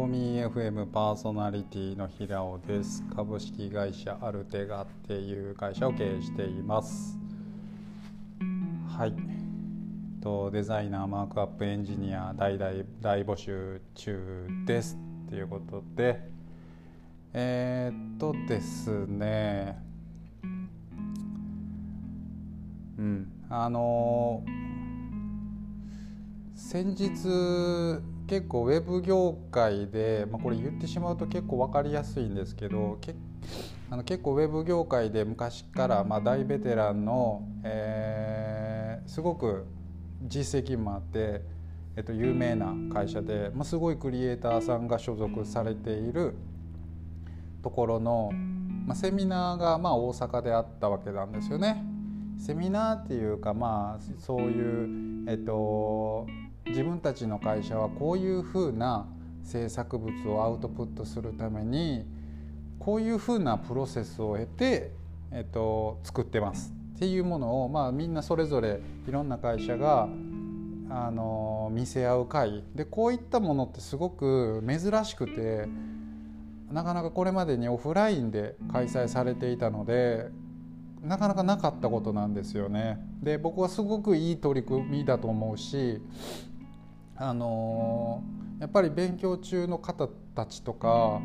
トミー FM パーソナリティの平尾です。株式会社アルテガっていう会社を経営しています。はい、デザイナー、マークアップエンジニア大募集中ですということで、ですね、先日結構ウェブ業界で、これ言ってしまうと結構分かりやすいんですけど、結構ウェブ業界で昔から大ベテランの、すごく実績もあって、有名な会社で、すごいクリエイターさんが所属されているところの、セミナーが大阪であったわけなんですよね。セミナーっていうかそういう自分たちの会社はこういうふうな制作物をアウトプットするためにこういうふうなプロセスを経て、作ってますっていうものを、みんなそれぞれいろんな会社が見せ合う会で、こういったものってすごく珍しくて、なかなかこれまでにオフラインで開催されていたのでなかなかなかったことなんですよね。で、僕はすごくいい取り組みだと思うし、やっぱり勉強中の方たちとか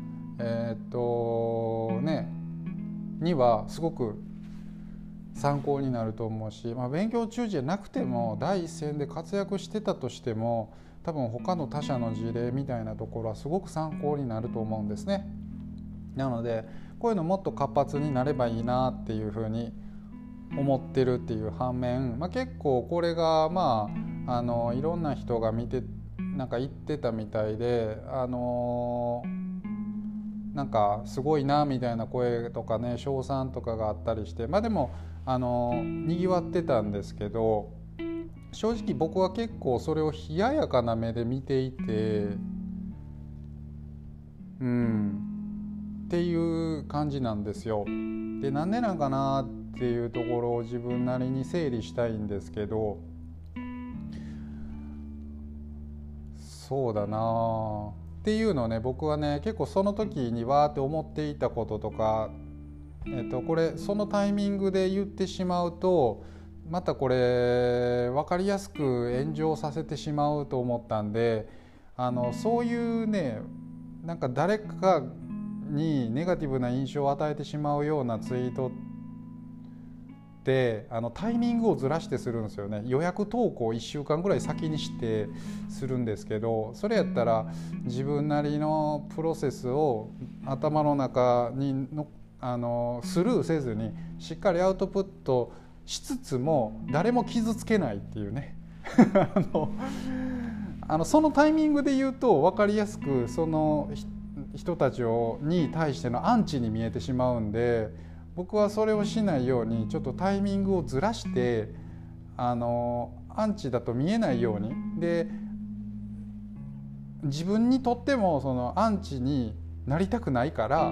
にはすごく参考になると思うし、勉強中じゃなくても第一線で活躍してたとしても多分他の他社の事例みたいなところはすごく参考になると思うんですね。なのでこういうのもっと活発になればいいなっていうふうに思ってるっていう反面、結構これがいろんな人が見て言ってたみたいで、すごいなみたいな声とかね、称賛とかがあったりして、でもにぎわってたんですけど、正直僕は結構それを冷ややかな目で見ていて、っていう感じなんですよ。で、なんでなんかなっていうところを自分なりに整理したいんですけど、そうだなっていうのをね、僕はね結構その時にわーって思っていたこととか、これそのタイミングで言ってしまうとまたこれ分かりやすく炎上させてしまうと思ったんで、そういうね、誰かにネガティブな印象を与えてしまうようなツイートってタイミングをずらしてするんですよね。予約投稿1週間ぐらい先にしてするんですけど、それやったら自分なりのプロセスを頭の中にスルーせずにしっかりアウトプットしつつも誰も傷つけないっていうねそのタイミングで言うと分かりやすくその人たちに対してのアンチに見えてしまうんで、僕はそれをしないようにちょっとタイミングをずらしてアンチだと見えないように、で自分にとってもそのアンチになりたくないから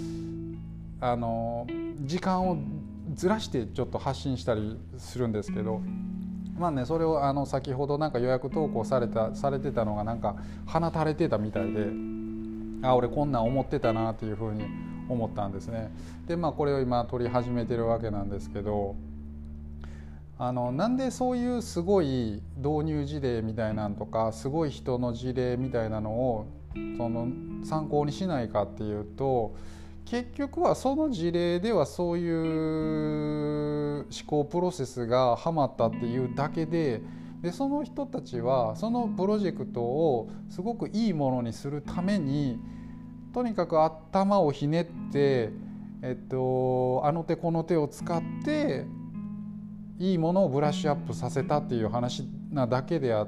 時間をずらしてちょっと発信したりするんですけど、それを先ほど予約投稿されてたのが放たれてたみたいで、俺こんなん思ってたなっていうふうに思ったんですね。でこれを今取り始めてるわけなんですけど、なんでそういうすごい導入事例みたいなんとかすごい人の事例みたいなのを参考にしないかっていうと、結局はその事例ではそういう思考プロセスがはまったっていうだけで、その人たちはそのプロジェクトをすごくいいものにするためにとにかく頭をひねって、あの手この手を使っていいものをブラッシュアップさせたっていう話なだけであって、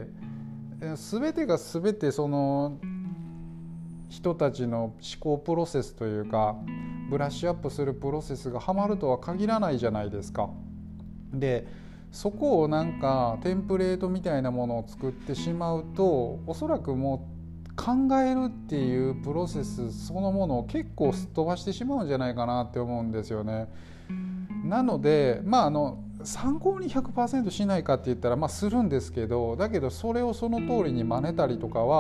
全てが全てその人たちの思考プロセスというかブラッシュアップするプロセスがはまるとは限らないじゃないですか。でそこをテンプレートみたいなものを作ってしまうと、おそらくもう考えるっていうプロセスそのものを結構すっ飛ばしてしまうんじゃないかなって思うんですよね。なので参考に 100% しないかって言ったらするんですけど、だけどそれをその通りに真似たりとかは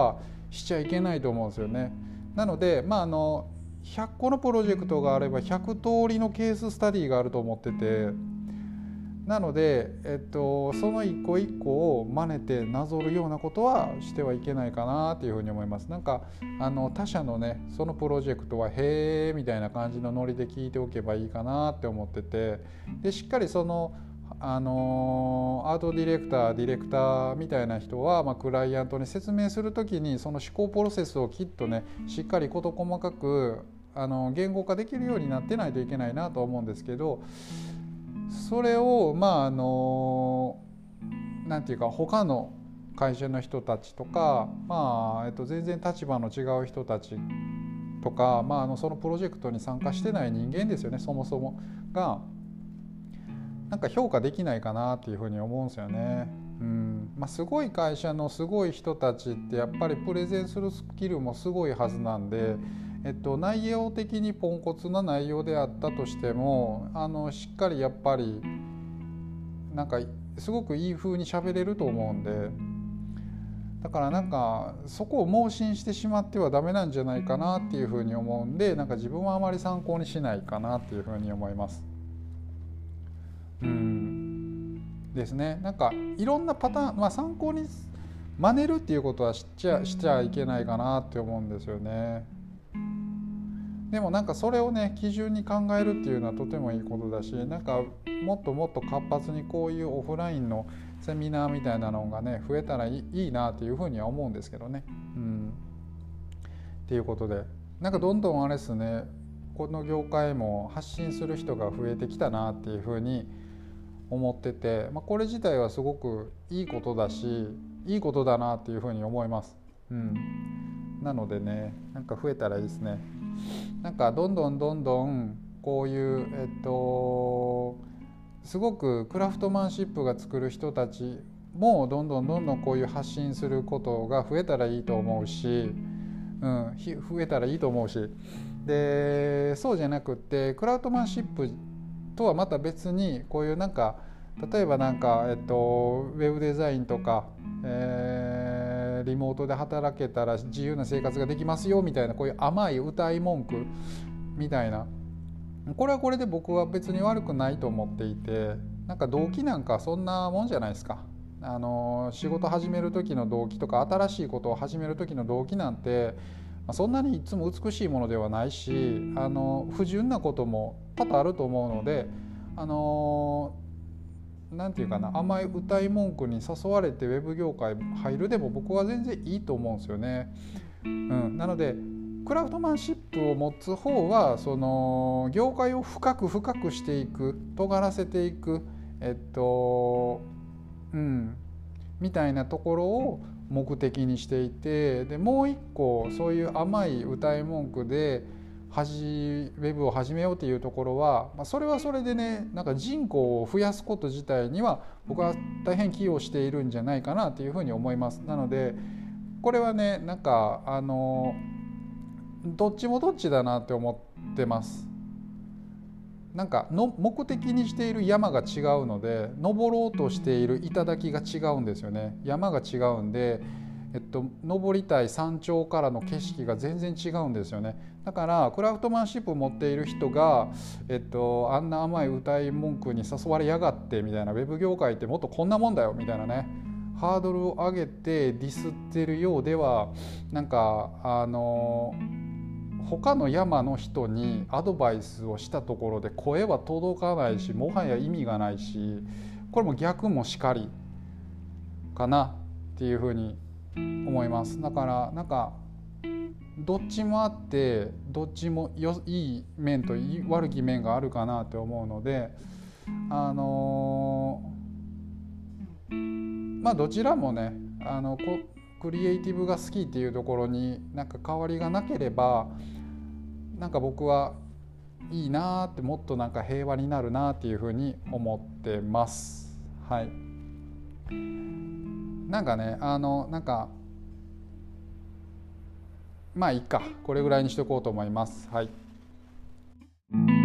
しちゃいけないと思うんですよね。なので、100個のプロジェクトがあれば100通りのケーススタディがあると思ってて、なので、その一個一個を真似てなぞるようなことはしてはいけないかなというふうに思います。なんか他社のねそのプロジェクトはへーみたいな感じのノリで聞いておけばいいかなって思ってて、でしっかりそのアートディレクターみたいな人は、クライアントに説明するときにその思考プロセスをきっとねしっかり事細かく言語化できるようになってないといけないなと思うんですけど、それをなんていうか他の会社の人たちとか、全然立場の違う人たちとか、そのプロジェクトに参加してない人間ですよね、そもそもがなんか評価できないかなっていうふうに思うんですよね。すごい会社のすごい人たちってやっぱりプレゼンするスキルもすごいはずなんで、内容的にポンコツな内容であったとしてもしっかりやっぱりなんかすごくいい風に喋れると思うんで、だからなんかそこを盲信してしまってはダメなんじゃないかなっていう風に思うんで、なんか自分はあまり参考にしないかなっていう風に思います。ですね。なんかいろんなパターン、参考に真似るっていうことはしちゃいけないかなって思うんですよね。でもなんかそれをね基準に考えるっていうのはとてもいいことだし、なんかもっともっと活発にこういうオフラインのセミナーみたいなのがね増えたらいいなっていうふうには思うんですけどね。っていうことで、なんかどんどんあれですね、この業界も発信する人が増えてきたなっていうふうに思ってて、これ自体はすごくいいことだしいいことだなっていうふうに思います。なのでね、なんか増えたらいいですね。なんかどんどんこういうすごくクラフトマンシップが作る人たちもどんどんこういう発信することが増えたらいいと思うし、増えたらいいと思うし、でそうじゃなくってクラフトマンシップとはまた別にこういうなんか例えばなんか、ウェブデザインとか、リモートで働けたら自由な生活ができますよみたいな、こういう甘い歌い文句みたいな、これはこれで僕は別に悪くないと思っていて、なんか動機なんかそんなもんじゃないですか。仕事始める時の動機とか新しいことを始める時の動機なんてそんなにいつも美しいものではないし、不純なことも多々あると思うので、なんていうかな、甘い歌い文句に誘われてウェブ業界入るでも僕は全然いいと思うんですよね。なのでクラフトマンシップを持つ方はその業界を深くしていく、尖らせていく、みたいなところを目的にしていて、でもう一個そういう甘い歌い文句でウェブを始めようというところは、それはそれでね、なんか人口を増やすこと自体には僕は大変寄与しているんじゃないかなというふうに思います。なのでこれはね、なんかどっちもどっちだなって思ってます。なんかの目的にしている山が違うので、登ろうとしている頂が違うんですよね。山が違うんで、登りたい山頂からの景色が全然違うんですよね。だからクラフトマンシップを持っている人が、あんな甘い歌い文句に誘われやがってみたいな、ウェブ業界ってもっとこんなもんだよみたいなね、ハードルを上げてディスってるようでは、なんか他の山の人にアドバイスをしたところで声は届かないし、もはや意味がないし、これも逆もしかりかなっていうふうに思います。だからなんかどっちもあって、どっちもいい面と悪き面があるかなと思うので、どちらもね、クリエイティブが好きっていうところになんか変わりがなければ、なんか僕はいいなって、もっとなんか平和になるなっていうふうに思ってます。はい。なんかね、なんかいいか、これぐらいにしとこうと思います。はい。